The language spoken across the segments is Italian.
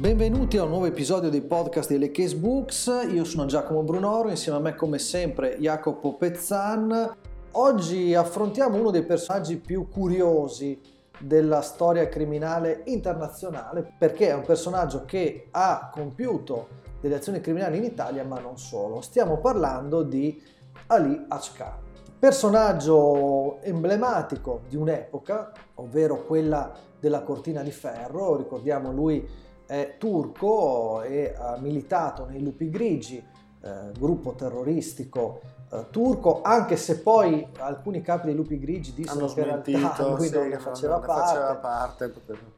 Benvenuti a un nuovo episodio dei podcast delle Case Books. Io sono Giacomo Brunoro, insieme a me come sempre Jacopo Pezzan. Oggi affrontiamo uno dei personaggi più curiosi della storia criminale internazionale, perché è un personaggio che ha compiuto delle azioni criminali in Italia, ma non solo. Stiamo parlando di Ali Ashkar, personaggio emblematico di un'epoca, ovvero quella della Cortina di Ferro. Ricordiamo, lui è turco e ha militato nei Lupi Grigi, gruppo terroristico turco, anche se poi alcuni capi dei Lupi Grigi dissero che in realtà lui non ne faceva parte.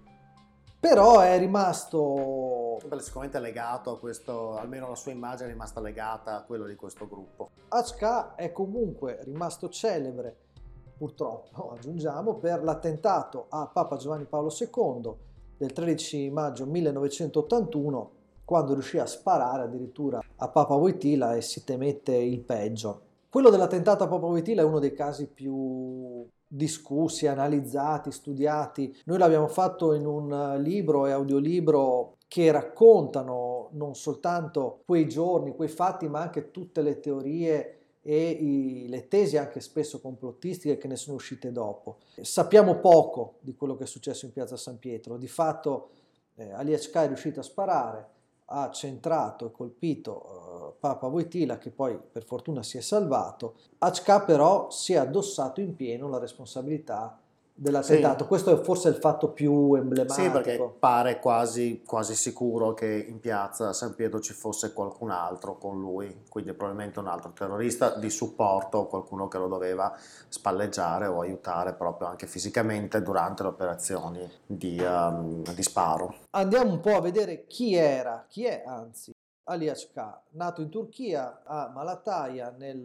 Però è rimasto... sicuramente legato a questo, almeno la sua immagine è rimasta legata a quello di questo gruppo. Ashkar è comunque rimasto celebre, purtroppo aggiungiamo, per l'attentato a Papa Giovanni Paolo II del 13 maggio 1981, quando riuscì a sparare addirittura a Papa Wojtyla e si temette il peggio. Quello dell'attentato a Papa Wojtyla è uno dei casi più discussi, analizzati, studiati. Noi l'abbiamo fatto in un libro e audiolibro che raccontano non soltanto quei giorni, quei fatti, ma anche tutte le teorie e le tesi anche spesso complottistiche che ne sono uscite dopo. Sappiamo poco di quello che è successo in piazza San Pietro. Di fatto Ali Ashkar è riuscito a sparare, ha centrato e colpito Papa Wojtyla, che poi per fortuna si è salvato. Ashkar però si è addossato in pieno la responsabilità dell'attentato. Sì. Questo è forse il fatto più emblematico. Sì, perché pare quasi sicuro che in piazza San Pietro ci fosse qualcun altro con lui, quindi probabilmente un altro terrorista di supporto, qualcuno che lo doveva spalleggiare o aiutare proprio anche fisicamente durante le operazioni di sparo. Andiamo un po' a vedere chi è Ali Ashkar, nato in Turchia a Malatya nel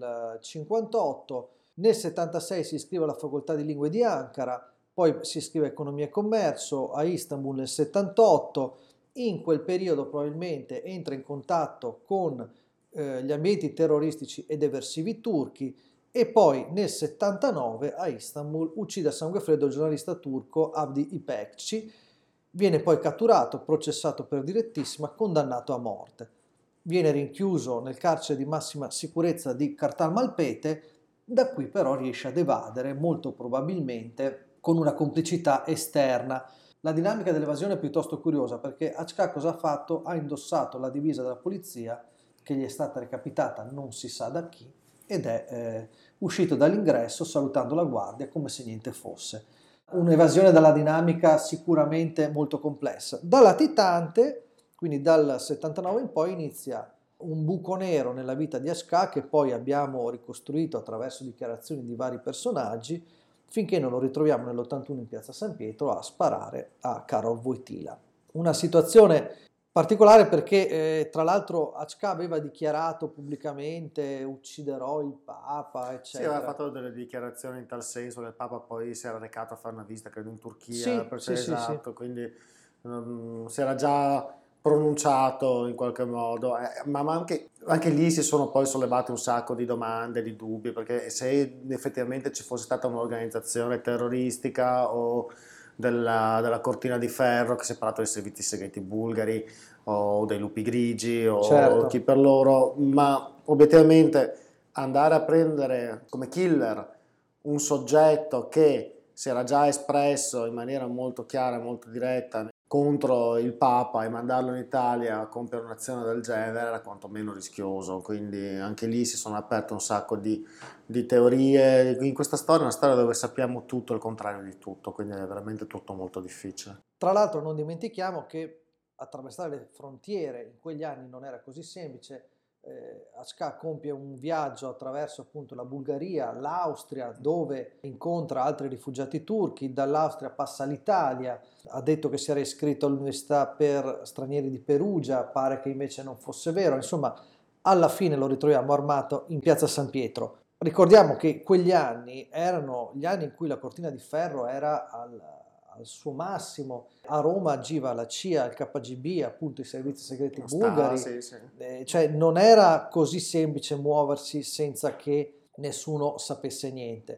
1958. Nel 1976 si iscrive alla facoltà di lingue di Ankara, poi si iscrive a economia e commercio a Istanbul nel 1978. In quel periodo probabilmente entra in contatto con gli ambienti terroristici ed eversivi turchi e poi nel 1979 a Istanbul uccide a sangue freddo il giornalista turco Avdi İpekçi. Viene poi catturato, processato per direttissima, condannato a morte. Viene rinchiuso nel carcere di massima sicurezza di Kartal Malpete. Da qui però riesce ad evadere, molto probabilmente con una complicità esterna. La dinamica dell'evasione è piuttosto curiosa, perché Ashkar cosa ha fatto? Ha indossato la divisa della polizia che gli è stata recapitata non si sa da chi ed è uscito dall'ingresso salutando la guardia come se niente fosse. Un'evasione dalla dinamica sicuramente molto complessa. Da latitante, quindi dal 79 in poi, inizia un buco nero nella vita di Ashkar che poi abbiamo ricostruito attraverso dichiarazioni di vari personaggi, finché non lo ritroviamo nell'81 in piazza San Pietro a sparare a Karol Wojtyla. Una situazione particolare perché tra l'altro Ashkar aveva dichiarato pubblicamente ucciderò il Papa, eccetera. Sì, aveva fatto delle dichiarazioni in tal senso che il Papa poi si era recato a fare una visita, credo in Turchia, sì. Quindi si era già pronunciato in qualche modo, ma anche lì si sono poi sollevate un sacco di domande, di dubbi, perché se effettivamente ci fosse stata un'organizzazione terroristica o della Cortina di Ferro che si è parlato dei servizi segreti bulgari o dei Lupi Grigi o chi per loro, ma obiettivamente andare a prendere come killer un soggetto che si era già espresso in maniera molto chiara e molto diretta contro il Papa e mandarlo in Italia a compiere un'azione del genere era quantomeno rischioso, quindi anche lì si sono aperte un sacco di teorie. In questa storia è una storia dove sappiamo tutto e il contrario di tutto, quindi è veramente tutto molto difficile. Tra l'altro non dimentichiamo che attraversare le frontiere in quegli anni non era così semplice. Ashkar compie un viaggio attraverso appunto la Bulgaria, l'Austria, dove incontra altri rifugiati turchi. Dall'Austria passa all'Italia, ha detto che si era iscritto all'università per stranieri di Perugia, pare che invece non fosse vero. Insomma, alla fine lo ritroviamo armato in piazza San Pietro. Ricordiamo che quegli anni erano gli anni in cui la Cortina di Ferro era al suo massimo. A Roma agiva la CIA, il KGB, appunto i servizi segreti bulgari. Sì. Cioè non era così semplice muoversi senza che nessuno sapesse niente.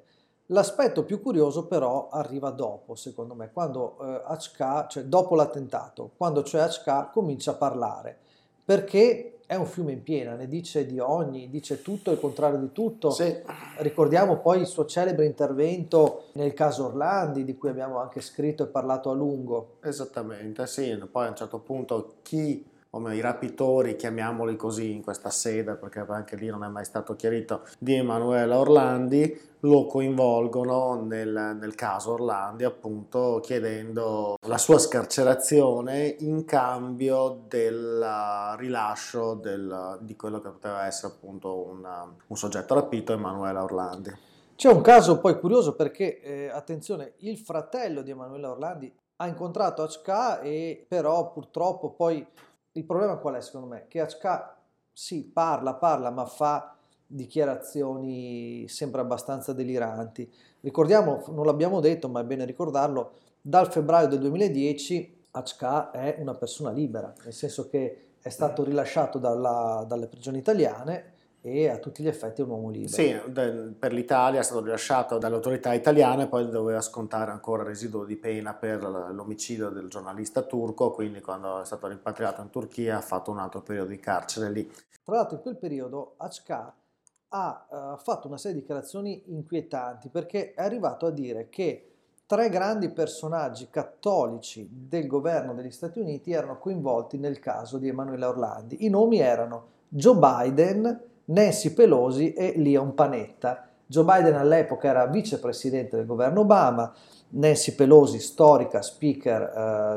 L'aspetto più curioso però arriva dopo, secondo me, quando HK, cioè dopo l'attentato, quando cioè HK comincia a parlare, perché è un fiume in piena, ne dice di ogni, dice tutto e il contrario di tutto. Sì, Ricordiamo poi il suo celebre intervento nel caso Orlandi, di cui abbiamo anche scritto e parlato a lungo. esattamente, sì. Poi a un certo punto chi, come i rapitori, chiamiamoli così in questa sede, perché anche lì non è mai stato chiarito, di Emanuela Orlandi, lo coinvolgono nel caso Orlandi, appunto chiedendo la sua scarcerazione in cambio del rilascio di quello che poteva essere appunto un soggetto rapito, Emanuela Orlandi. C'è un caso poi curioso perché, attenzione, il fratello di Emanuela Orlandi ha incontrato HK e però purtroppo poi il problema qual è secondo me? Che HK sì, parla, ma fa dichiarazioni sempre abbastanza deliranti. Ricordiamo, non l'abbiamo detto, ma è bene ricordarlo, dal febbraio del 2010 HK è una persona libera, nel senso che è stato rilasciato dalle prigioni italiane e a tutti gli effetti è un uomo libero. Sì, per l'Italia è stato rilasciato dalle autorità italiane e poi doveva scontare ancora il residuo di pena per l'omicidio del giornalista turco, quindi quando è stato rimpatriato in Turchia ha fatto un altro periodo di carcere lì. Tra l'altro in quel periodo HK ha fatto una serie di dichiarazioni inquietanti perché è arrivato a dire che tre grandi personaggi cattolici del governo degli Stati Uniti erano coinvolti nel caso di Emanuela Orlandi. I nomi erano Joe Biden, Nancy Pelosi e Leon Panetta. Joe Biden all'epoca era vicepresidente del governo Obama, Nancy Pelosi, storica speaker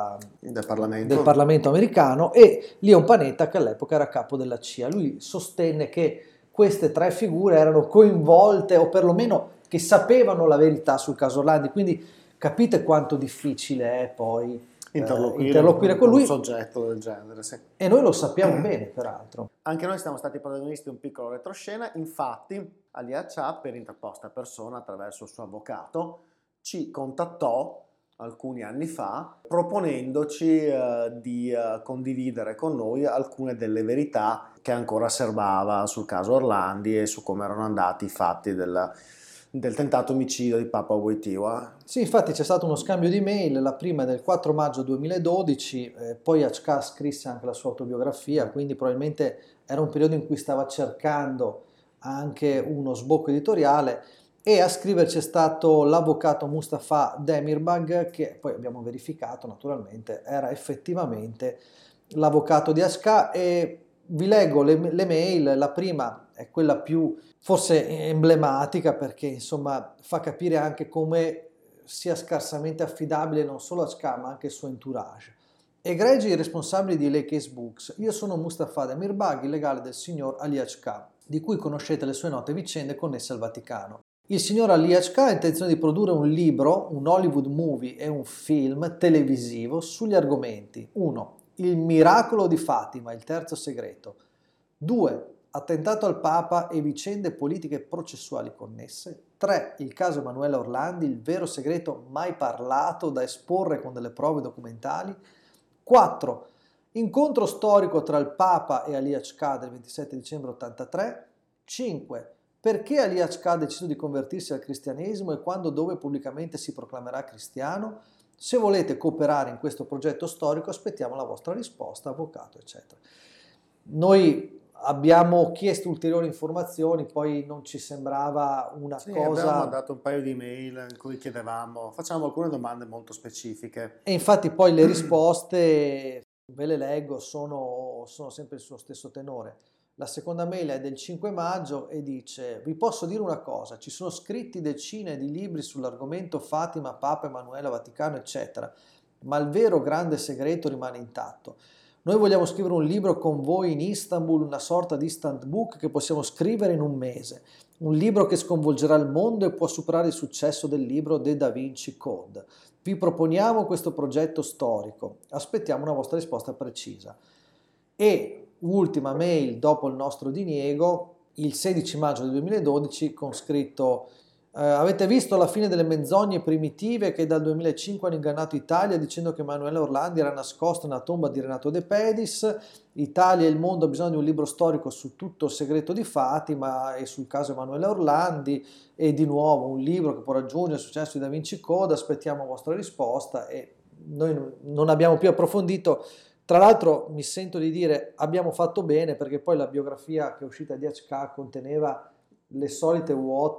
del Parlamento americano, e Leon Panetta, che all'epoca era capo della CIA. Lui sostenne che queste tre figure erano coinvolte o perlomeno che sapevano la verità sul caso Orlandi, quindi capite quanto difficile è poi interloquire con un lui, soggetto del genere, sì. e noi lo sappiamo bene peraltro. Anche noi siamo stati protagonisti di un piccolo retroscena, infatti Ali Accià, per interposta persona attraverso il suo avvocato, ci contattò alcuni anni fa proponendoci di condividere con noi alcune delle verità che ancora serbava sul caso Orlandi e su come erano andati i fatti del tentato omicidio di Papa Wojtyła. Sì, infatti c'è stato uno scambio di mail, la prima è del 4 maggio 2012, poi HK scrisse anche la sua autobiografia, quindi probabilmente era un periodo in cui stava cercando anche uno sbocco editoriale, e a scriverci è stato l'avvocato Mustafa Demirbag, che poi abbiamo verificato naturalmente era effettivamente l'avvocato di HK, e vi leggo le mail. La prima è quella più forse emblematica perché insomma fa capire anche come sia scarsamente affidabile non solo HK ma anche il suo entourage. Egregi responsabili di Lei Case Books, io sono Mustafa Demirbag, il legale del signor Ali HK, di cui conoscete le sue note vicende connesse al Vaticano. Il signor Ali HK ha intenzione di produrre un libro, un Hollywood movie e un film televisivo sugli argomenti 1. Il miracolo di Fatima, il terzo segreto. 2. Attentato al Papa e vicende politiche processuali connesse. 3. Il caso Emanuela Orlandi, il vero segreto mai parlato da esporre con delle prove documentali. 4. Incontro storico tra il Papa e Ali HK del 27 dicembre 83. 5. Perché Ali HK ha deciso di convertirsi al cristianesimo e quando, dove pubblicamente si proclamerà cristiano? Se volete cooperare in questo progetto storico aspettiamo la vostra risposta, avvocato, eccetera. Noi abbiamo chiesto ulteriori informazioni, poi non ci sembrava una cosa... Abbiamo mandato un paio di mail in cui chiedevamo, facciamo alcune domande molto specifiche. E infatti poi le risposte, ve le leggo, sono sempre il suo stesso tenore. La seconda mail è del 5 maggio e dice: vi posso dire una cosa, ci sono scritti decine di libri sull'argomento Fatima, Papa, Emanuela, Vaticano, eccetera, ma il vero grande segreto rimane intatto. Noi vogliamo scrivere un libro con voi in Istanbul, una sorta di instant book che possiamo scrivere in un mese, un libro che sconvolgerà il mondo e può superare il successo del libro The Da Vinci Code. Vi proponiamo questo progetto storico, aspettiamo una vostra risposta precisa. E ultima mail dopo il nostro diniego, il 16 maggio del 2012, con scritto: Avete visto la fine delle menzogne primitive che dal 2005 hanno ingannato Italia dicendo che Emanuele Orlandi era nascosto nella tomba di Renato De Pedis. Italia e il mondo ha bisogno di un libro storico su tutto il segreto di Fatima e sul caso Emanuele Orlandi, e di nuovo un libro che può raggiungere il successo di Da Vinci Code. Aspettiamo la vostra risposta. E noi non abbiamo più approfondito. Tra l'altro mi sento di dire abbiamo fatto bene, perché poi la biografia che è uscita di HK conteneva le solite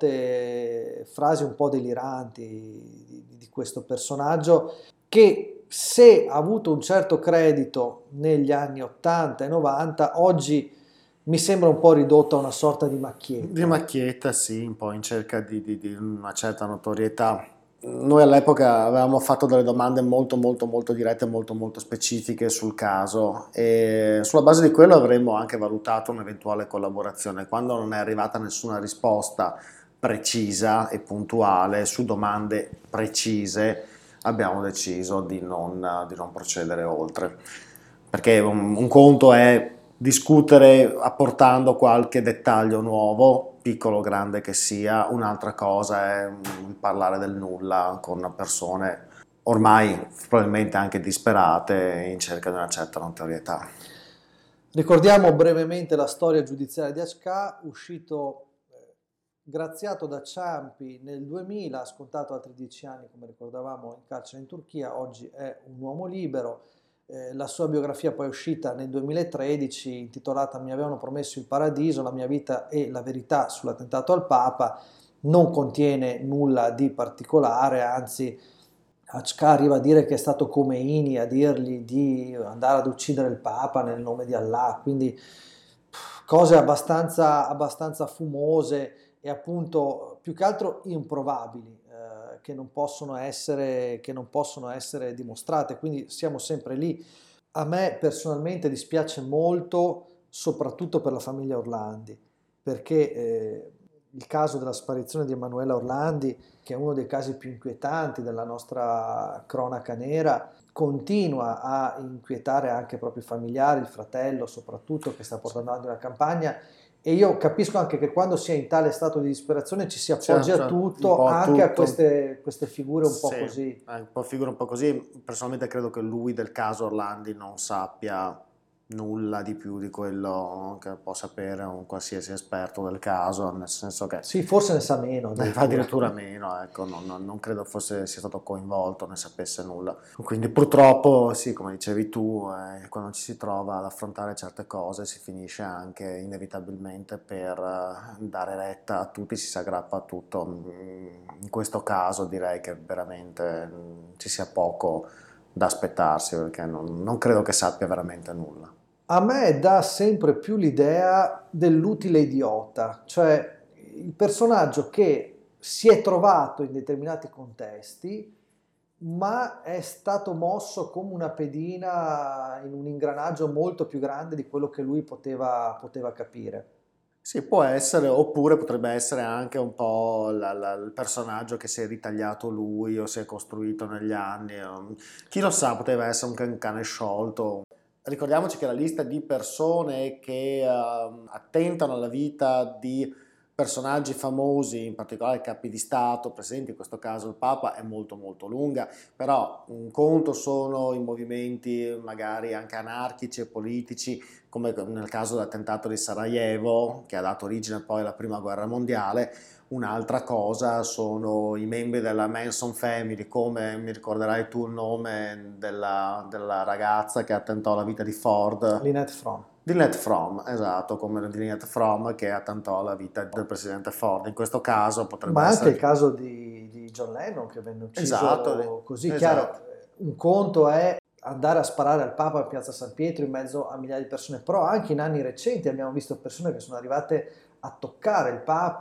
vuote frasi un po' deliranti di questo personaggio, che se ha avuto un certo credito negli anni 80 e 90, oggi mi sembra un po' ridotto a una sorta di macchietta. Di macchietta, sì, un po' in cerca di una certa notorietà. Noi all'epoca avevamo fatto delle domande molto molto molto dirette, molto molto specifiche sul caso, e sulla base di quello avremmo anche valutato un'eventuale collaborazione. Quando non è arrivata nessuna risposta precisa e puntuale su domande precise, abbiamo deciso di non procedere oltre. Perché un conto è discutere apportando qualche dettaglio nuovo, piccolo o grande che sia, un'altra cosa è parlare del nulla con persone ormai probabilmente anche disperate in cerca di una certa notorietà. Ricordiamo brevemente la storia giudiziaria di HK, uscito graziato da Ciampi nel 2000, ha scontato altri 10 anni, come ricordavamo, in carcere in Turchia. Oggi è un uomo libero. La sua biografia poi è uscita nel 2013, intitolata Mi avevano promesso il paradiso, la mia vita e la verità sull'attentato al Papa. Non contiene nulla di particolare, anzi HK arriva a dire che è stato Khomeini a dirgli di andare ad uccidere il Papa nel nome di Allah, quindi cose abbastanza fumose e appunto più che altro improbabili, che non possono essere dimostrate, quindi siamo sempre lì. A me personalmente dispiace molto, soprattutto per la famiglia Orlandi, perché il caso della sparizione di Emanuela Orlandi, che è uno dei casi più inquietanti della nostra cronaca nera, continua a inquietare anche i propri familiari, il fratello soprattutto, che sta portando avanti una campagna. E io capisco anche che quando si è in tale stato di disperazione ci si appoggia a tutto, anche a queste figure un po' così. Un po' figure un po' così. Personalmente credo che lui del caso Orlandi non sappia nulla di più di quello che può sapere un qualsiasi esperto del caso, nel senso che sì, forse ne sa meno, addirittura meno, ecco, non credo sia stato coinvolto, ne sapesse nulla. Quindi purtroppo, sì, come dicevi tu, quando ci si trova ad affrontare certe cose si finisce anche inevitabilmente per dare retta a tutti, si aggrappa a tutto. In questo caso direi che veramente ci sia poco da aspettarsi, perché non credo che sappia veramente nulla. A me dà sempre più l'idea dell'utile idiota, cioè il personaggio che si è trovato in determinati contesti, ma è stato mosso come una pedina in un ingranaggio molto più grande di quello che lui poteva capire. Sì, può essere, oppure potrebbe essere anche un po' il personaggio che si è ritagliato lui o si è costruito negli anni. Chi lo sa, poteva essere un cane sciolto. Ricordiamoci che la lista di persone che attentano alla vita di personaggi famosi, in particolare capi di Stato, presenti in questo caso il Papa, è molto molto lunga, però un conto sono i movimenti magari anche anarchici e politici, come nel caso dell'attentato di Sarajevo, che ha dato origine poi alla Prima Guerra Mondiale. Un'altra cosa sono i membri della Manson Family, come mi ricorderai tu il nome della ragazza che attentò la vita di Ford. Lynette Fromm. Lynette Fromm, esatto, come Lynette Fromm che attentò la vita del presidente Ford. In questo caso potrebbe Ma essere... anche il caso di John Lennon che venne ucciso così. Esatto. Chiaro, un conto è andare a sparare al Papa a Piazza San Pietro in mezzo a migliaia di persone, però anche in anni recenti abbiamo visto persone che sono arrivate a toccare il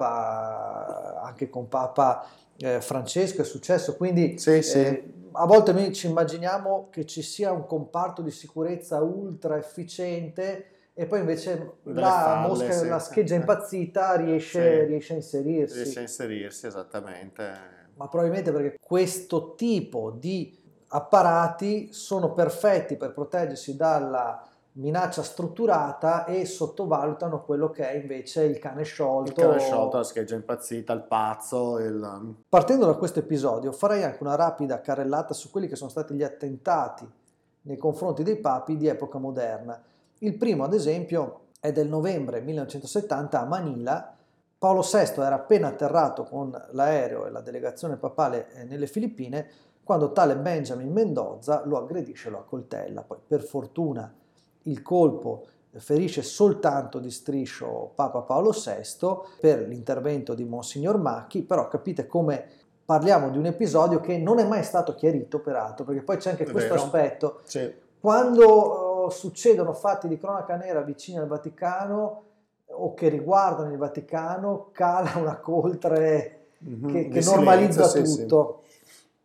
Papa, anche con Papa Francesco è successo, quindi Sì. a volte noi ci immaginiamo che ci sia un comparto di sicurezza ultra efficiente e poi invece la mosca, sì. la scheggia impazzita riesce a inserirsi. Riesce a inserirsi, esattamente. Ma probabilmente perché questo tipo di apparati sono perfetti per proteggersi dalla minaccia strutturata e sottovalutano quello che è invece il cane sciolto. Il cane sciolto, la scheggia impazzita, il pazzo. Partendo da questo episodio farei anche una rapida carrellata su quelli che sono stati gli attentati nei confronti dei papi di epoca moderna. Il primo, ad esempio, è del novembre 1970 a Manila. Paolo VI era appena atterrato con l'aereo e la delegazione papale nelle Filippine quando tale Benjamin Mendoza lo aggredisce e lo accoltella. Poi, per fortuna, il colpo ferisce soltanto di striscio Papa Paolo VI per l'intervento di Monsignor Macchi, però capite come parliamo di un episodio che non è mai stato chiarito, peraltro, perché poi c'è anche questo aspetto. Sì. Quando succedono fatti di cronaca nera vicini al Vaticano o che riguardano il Vaticano, cala una coltre che normalizza tutto. Sì.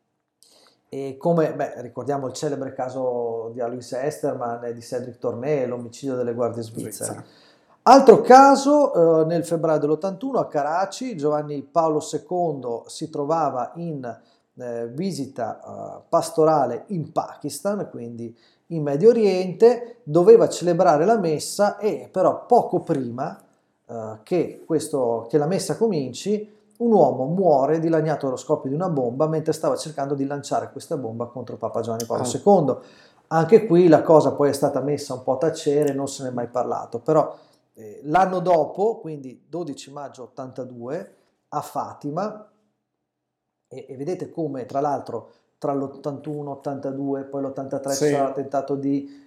E come, ricordiamo il celebre caso di Alois Esterman e di Cédric Torné, l'omicidio delle guardie svizzere. Altro caso, nel febbraio dell'81 a Karachi, Giovanni Paolo II si trovava in visita pastorale in Pakistan, quindi in Medio Oriente, doveva celebrare la messa e però poco prima che la messa cominci, un uomo muore dilaniato dallo scoppio di una bomba mentre stava cercando di lanciare questa bomba contro Papa Giovanni Paolo II. Anche qui la cosa poi è stata messa un po' a tacere, non se ne è mai parlato, però l'anno dopo, quindi 12 maggio 82, a Fatima, e vedete come tra l'altro tra l'81, 82 poi l'83 c'è stato l'attentato di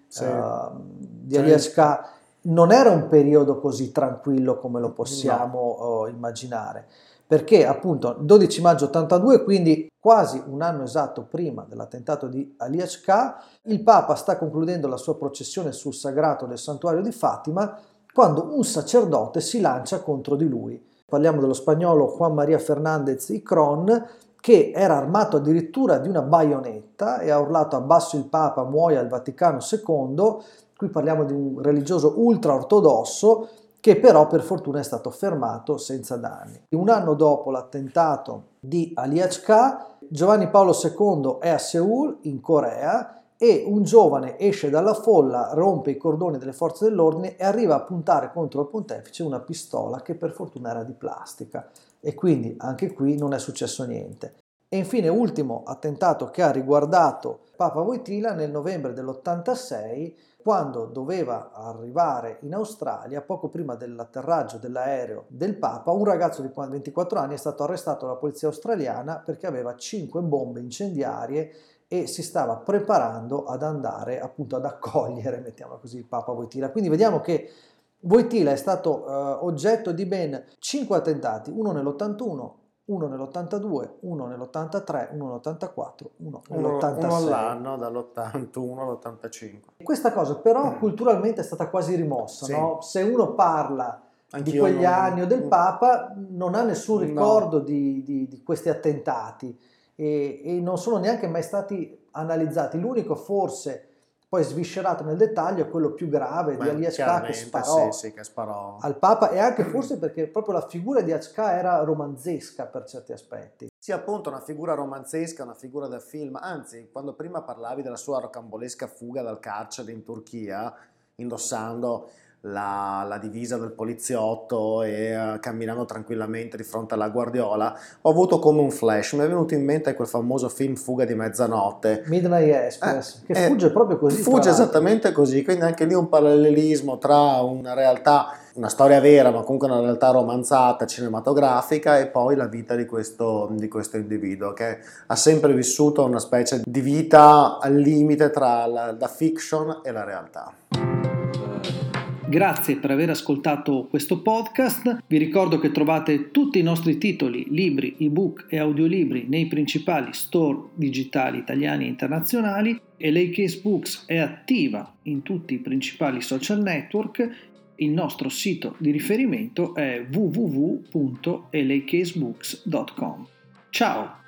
Alias K, non era un periodo così tranquillo come lo possiamo immaginare, perché appunto 12 maggio 82, quindi quasi un anno esatto prima dell'attentato di Alias K, il Papa sta concludendo la sua processione sul sagrato del santuario di Fatima quando un sacerdote si lancia contro di lui. Parliamo dello spagnolo Juan María Fernández y Cron, che era armato addirittura di una baionetta e ha urlato "abbasso il Papa, muoia il Vaticano II". Qui parliamo di un religioso ultra-ortodosso che però per fortuna è stato fermato senza danni. Un anno dopo l'attentato di Alias K, Giovanni Paolo II è a Seul, in Corea, e un giovane esce dalla folla, rompe i cordoni delle forze dell'ordine e arriva a puntare contro il pontefice una pistola che per fortuna era di plastica. E quindi anche qui non è successo niente. E infine ultimo attentato che ha riguardato Papa Wojtyla nel novembre dell'86, quando doveva arrivare in Australia, poco prima dell'atterraggio dell'aereo del Papa, un ragazzo di 24 anni è stato arrestato dalla polizia australiana perché aveva 5 bombe incendiarie e si stava preparando ad andare appunto ad accogliere, mettiamola così, il Papa Wojtyla. Quindi vediamo che Wojtyla è stato oggetto di ben 5 attentati, uno nell'81, uno nell'82, uno nell'83, uno nell'84, uno nell'86. Uno all'anno, dall'81 all'85. Questa cosa però culturalmente è stata quasi rimossa, no? Se uno parla di quegli anni o del Papa non ha nessun ricordo di questi attentati e non sono neanche mai stati analizzati. L'unico forse poi sviscerato nel dettaglio è quello più grave di Alias K che sparò al Papa, e anche forse perché proprio la figura di Alias K era romanzesca per certi aspetti. Sì, appunto, una figura romanzesca, una figura da film. Anzi, quando prima parlavi della sua rocambolesca fuga dal carcere in Turchia, indossando la divisa del poliziotto e camminando tranquillamente di fronte alla Guardiola, ho avuto come un flash, mi è venuto in mente quel famoso film Fuga di mezzanotte, Midnight Express, che fugge proprio così. Fugge esattamente così, quindi anche lì un parallelismo tra una realtà, una storia vera, ma comunque una realtà romanzata, cinematografica, e poi la vita di questo individuo che ha sempre vissuto una specie di vita al limite tra la fiction e la realtà. Grazie per aver ascoltato questo podcast. Vi ricordo che trovate tutti i nostri titoli, libri, ebook e audiolibri nei principali store digitali italiani e internazionali, e LA Case Books è attiva in tutti i principali social network. Il nostro sito di riferimento è www.lacasebooks.com. Ciao!